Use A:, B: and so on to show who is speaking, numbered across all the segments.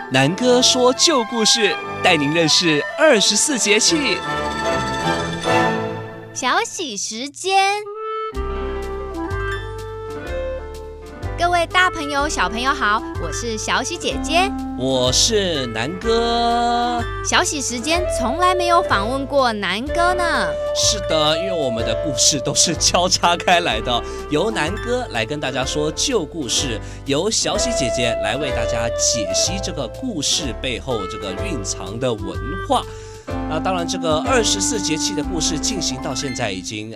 A: 南哥说旧故事，带您认识24节气。
B: 小喜时间，各位大朋友小朋友好，我是小喜姐姐，
A: 我是南哥。
B: 小喜时间从来没有访问过南哥呢。
A: 是的，因为我们的故事都是交叉开来的，由南哥来跟大家说旧故事，由小喜姐姐来为大家解析这个故事背后这个蕴藏的文化。当然这个24节气的故事进行到现在已经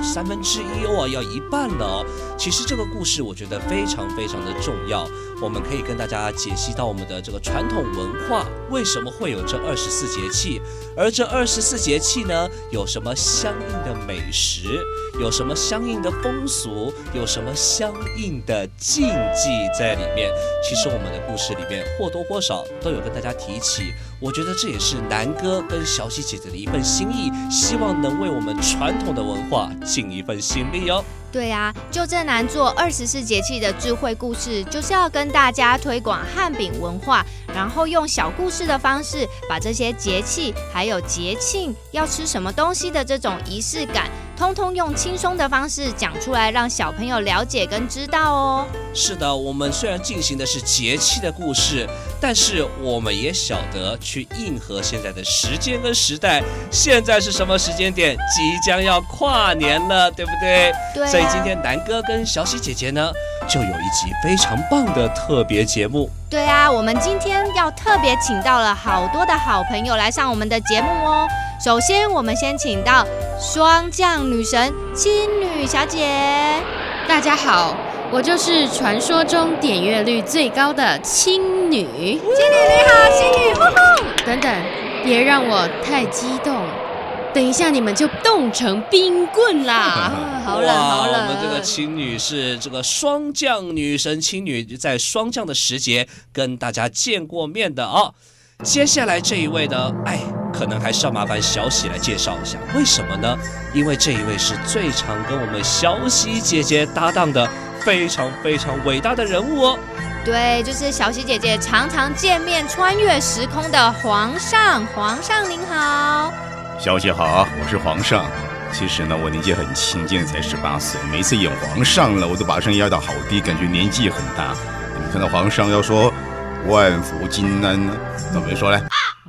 A: 1/3要一半了哦。其实这个故事我觉得非常非常的重要，我们可以跟大家解析到我们的这个传统文化为什么会有这24节气，而这24节气呢有什么相应的美食，有什么相应的风俗，有什么相应的禁忌在里面。其实我们的故事里面或多或少都有跟大家提起，我觉得这也是南哥跟小喜姐姐的一份心意，希望能为我们传统的文化尽一份心力哦。
B: 对啊，就正南做24节气的智慧故事，就是要跟大家推广汉饼文化，然后用小故事的方式，把这些节气还有节庆要吃什么东西的这种仪式感，通通用轻松的方式讲出来，让小朋友了解跟知道哦。
A: 是的，我们虽然进行的是节气的故事，但是我们也晓得去应和现在的时间跟时代。现在是什么时间点？即将要跨年了，对不对？
B: 对啊。
A: 所以今天南哥跟小喜姐姐呢，就有一集非常棒的特别节目。
B: 对啊，我们今天要特别请到了好多的好朋友来上我们的节目哦。首先，我们先请到霜降女神青女小姐。
C: 大家好，我就是传说中点阅率最高的青女。青女
B: 你好，青女，呼呼！
C: 等等，别让我太激动，等一下你们就冻成冰棍啦！
B: 好冷好冷。
A: 我们这个青女是这个霜降女神青女，在霜降的时节跟大家见过面的哦。接下来这一位呢，可能还是要麻烦小喜来介绍一下，为什么呢？因为这一位是最常跟我们小喜姐姐搭档的非常非常伟大的人物哦。
B: 对，就是小喜姐姐常常见面穿越时空的皇上。皇上您好。
D: 小姐好，我是皇上。其实呢，我年纪很轻，今年才18岁。每次演皇上了，我都把声音压到好低，感觉年纪很大。你们看到皇上要说万福金安呢，怎么说呢？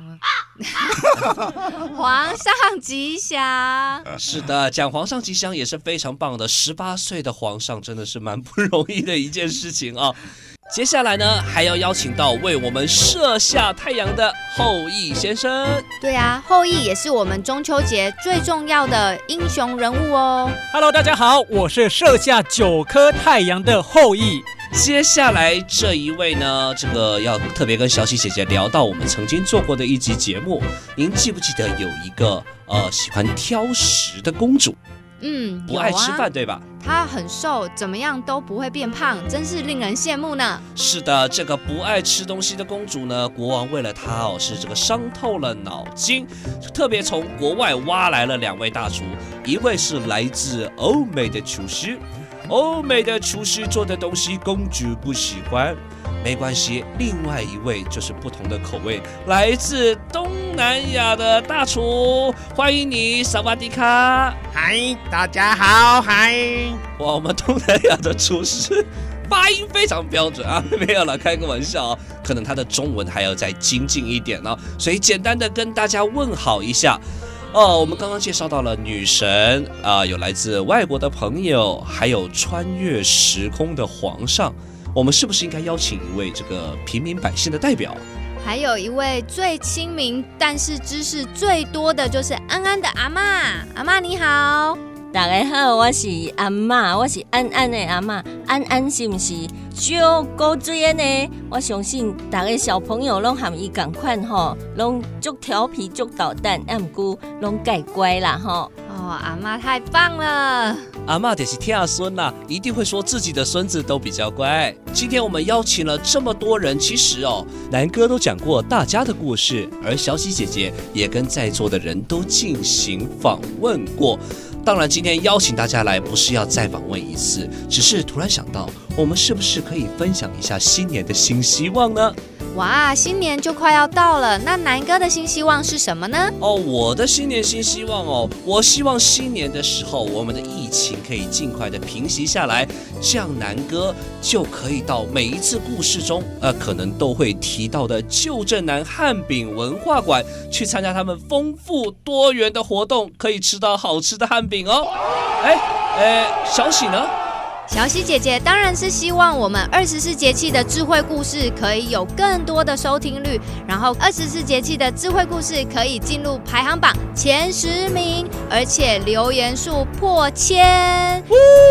B: 皇上吉祥。
A: 是的，讲皇上吉祥也是非常棒的。18岁的皇上真的是蛮不容易的一件事情啊。接下来呢，还要邀请到为我们射下太阳的后羿先生。
B: 对啊，后羿也是我们中秋节最重要的英雄人物哦。
E: Hello， 大家好，我是射下9颗太阳的后羿。
A: 接下来这一位呢，这个要特别跟小喜姐姐聊到我们曾经做过的一集节目。您记不记得有一个喜欢挑食的公主？不爱吃饭，对吧？
B: 她很瘦，怎么样都不会变胖，真是令人羡慕呢。
A: 是的，这个不爱吃东西的公主呢，国王为了她是这个伤透了脑筋，特别从国外挖来了2位大厨，一位是来自欧美的厨师，欧美的厨师做的东西公主不喜欢。没关系，另外一位就是不同的口味，来自东南亚的大厨，欢迎你，萨瓦迪卡。
F: 嗨，大家好，嗨！
A: 哇，我们东南亚的厨师发音非常标准啊，没有啦，开个玩笑啊，可能他的中文还要再精进一点哦，所以简单的跟大家问好一下。我们刚刚介绍到了女神有来自外国的朋友，还有穿越时空的皇上。我们是不是应该邀请一位这个平民百姓的代表？
B: 还有一位最亲民但是知识最多的就是安安的阿嬷。阿嬷你好。
G: 大家好，我是阿嬷，我是安安的阿嬷。安安是不是烧古水的呢？我相信大家小朋友拢和伊同款吼，拢足调皮足捣蛋，不过拢改乖啦吼。
B: 阿嬷太棒了。
A: 阿嬷就是听孙啦，一定会说自己的孙子都比较乖。今天我们邀请了这么多人，其实南哥都讲过大家的故事，而小喜姐姐也跟在座的人都进行访问过。当然今天邀请大家来不是要再访问一次，只是突然想到我们是不是可以分享一下新年的新希望呢？
B: 哇，新年就快要到了，那南哥的新希望是什么呢？
A: 我的新年新希望我希望新年的时候，我们的疫情可以尽快的平息下来，这样南哥就可以到每一次故事中，可能都会提到的旧镇南汉饼文化馆去参加他们丰富多元的活动，可以吃到好吃的汉饼哦。小喜呢？
B: 小喜姐姐当然是希望我们24节气的智慧故事可以有更多的收听率，然后24节气的智慧故事可以进入排行榜前10名，而且留言数破1000。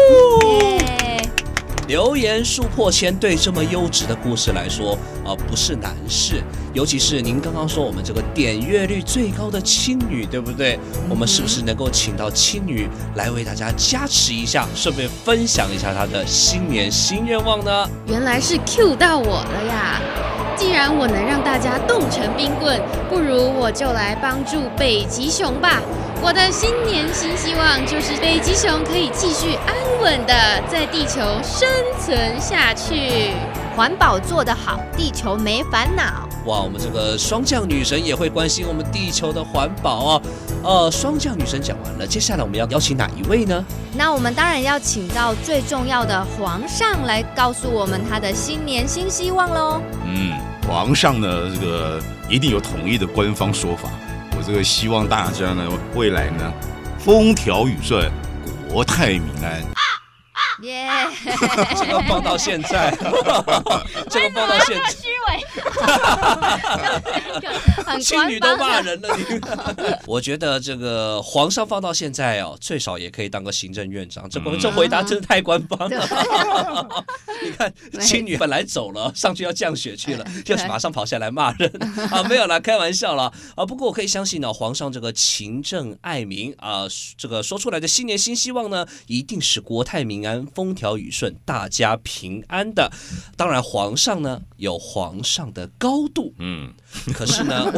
A: 留言数破1000，对这么优质的故事来说，不是难事。尤其是您刚刚说我们这个点阅率最高的青女，对不对？我们是不是能够请到青女来为大家加持一下，顺便分享一下她的新年新愿望呢？
C: 原来是 Q 到我了呀！既然我能让大家冻成冰棍，不如我就来帮助北极熊吧。我的新年新希望就是北极熊可以继续安稳的在地球生存下去。
B: 环保做得好，地球没烦恼。
A: 哇，我们这个霜降女神也会关心我们地球的环保霜降女神讲完了，接下来我们要邀请哪一位呢？
B: 那我们当然要请到最重要的皇上来告诉我们他的新年新希望喽。
D: 皇上呢，这个一定有统一的官方说法。我这个希望大家呢，未来呢，风调雨顺，国泰民安。
B: 耶！
A: 这个放到现在，这个放到现在，
B: 虚伪，
A: 青女都骂人了你。我觉得这个皇上放到现在最少也可以当个行政院长。这回答真的太官方了。你看，青女本来走了，上去要降雪去了，就马上跑下来骂人没有啦，开玩笑啦不过我可以相信皇上这个勤政爱民这个说出来的新年新希望呢，一定是国泰民安。风调雨顺，大家平安的。当然，皇上呢有皇上的高度，可是呢，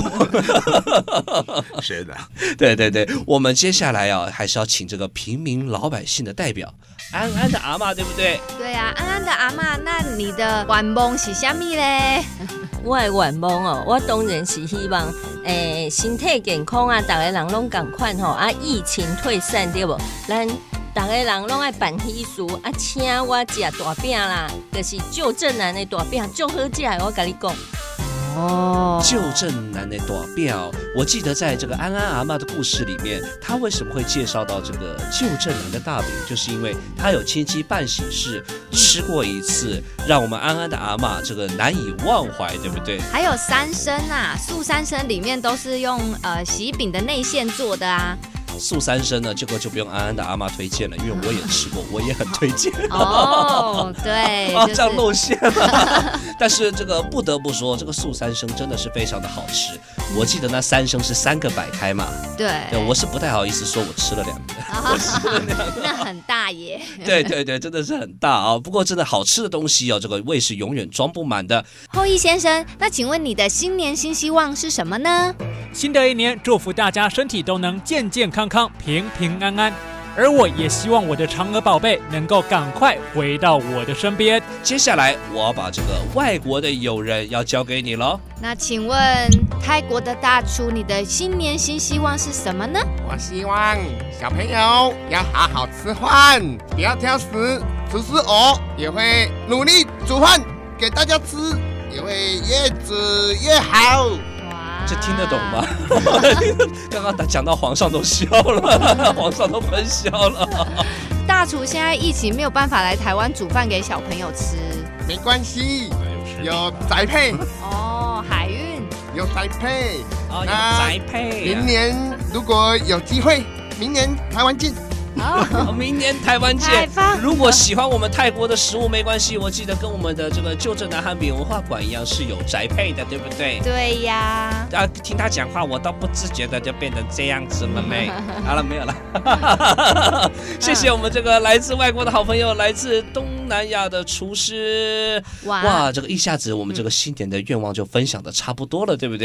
D: 谁的？
A: 对，我们接下来还是要请这个平民老百姓的代表安安的阿嬷，对不对？
B: 对啊，安安的阿嬷，那你的愿望是什么嘞？
G: 我的愿望我当然是希望身体健康大家人拢同款疫情退散对不？咱大家人拢爱办喜事请我吃大饼啦，就是旧镇南的大饼，最好吃的，我跟你讲。
A: 旧镇南的大饼，我记得在这个安安阿嬷的故事里面，她为什么会介绍到这个旧镇南的大饼，就是因为她有亲戚办喜事吃过一次，让我们安安的阿嬷这个难以忘怀，对不对？
B: 还有三牲素三牲里面都是用喜饼的内馅做的啊。
A: 素三牲呢，这个就不用安安的阿嬷推荐了，因为我也吃过，我也很推荐。
B: 对，
A: 这样露馅了。但是这个不得不说，这个素三牲真的是非常的好吃。我记得那三牲是3个摆开嘛，
B: 对，
A: 我是不太好意思说我吃了2个，
B: 那很大耶。
A: 对，真的是很大不过真的好吃的东西这个胃是永远装不满的。
B: 后羿先生，那请问你的新年新希望是什么呢？
E: 新的一年，祝福大家身体都能健健康康、平平安安。而我也希望我的嫦娥宝贝能够赶快回到我的身边。
A: 接下来，我要把这个外国的友人要交给你了。
B: 那请问泰国的大厨，你的新年新希望是什么呢？
F: 我希望小朋友要好好吃饭，不要挑食。厨师我也会努力煮饭给大家吃，也会越煮越好。
A: 这听得懂吗？刚刚讲到皇上都笑了，皇上都喷笑了。
B: 大厨现在疫情没有办法来台湾煮饭给小朋友吃，
F: 没关系，有宅配
B: 海运
F: 有宅配
A: 有宅配。
F: 明年如果有机会，明年台湾见。
A: 明年台湾见。如果喜欢我们泰国的食物没关系，我记得跟我们的这个旧镇南汉饼文化馆一样是有宅配的，对不对？
B: 对呀。
A: 听他讲话，我都不自觉的就变成这样子了没？好了，没有了。谢谢我们这个来自外国的好朋友，来自东南亚的厨师。哇，这个一下子我们这个新年的愿望就分享的差不多了，对不对？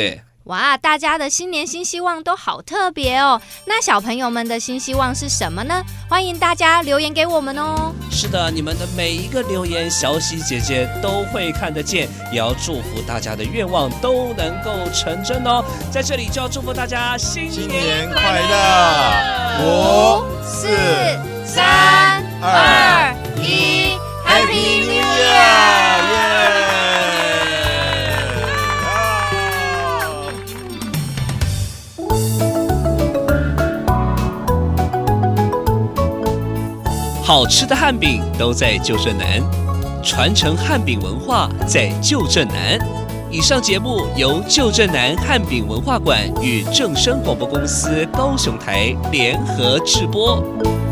B: 哇，大家的新年新希望都好特别哦。那小朋友们的新希望是什么呢？欢迎大家留言给我们哦。
A: 是的，你们的每一个留言，小喜姐姐都会看得见，也要祝福大家的愿望都能够成真哦。在这里就要祝福大家新年快
D: 乐
B: ！5、4、3、2、1 ，Happy New Year！
A: 好吃的汉饼都在旧镇南，传承汉饼文化在旧镇南。以上节目由旧镇南汉饼文化馆与正声广播公司高雄台联合制播。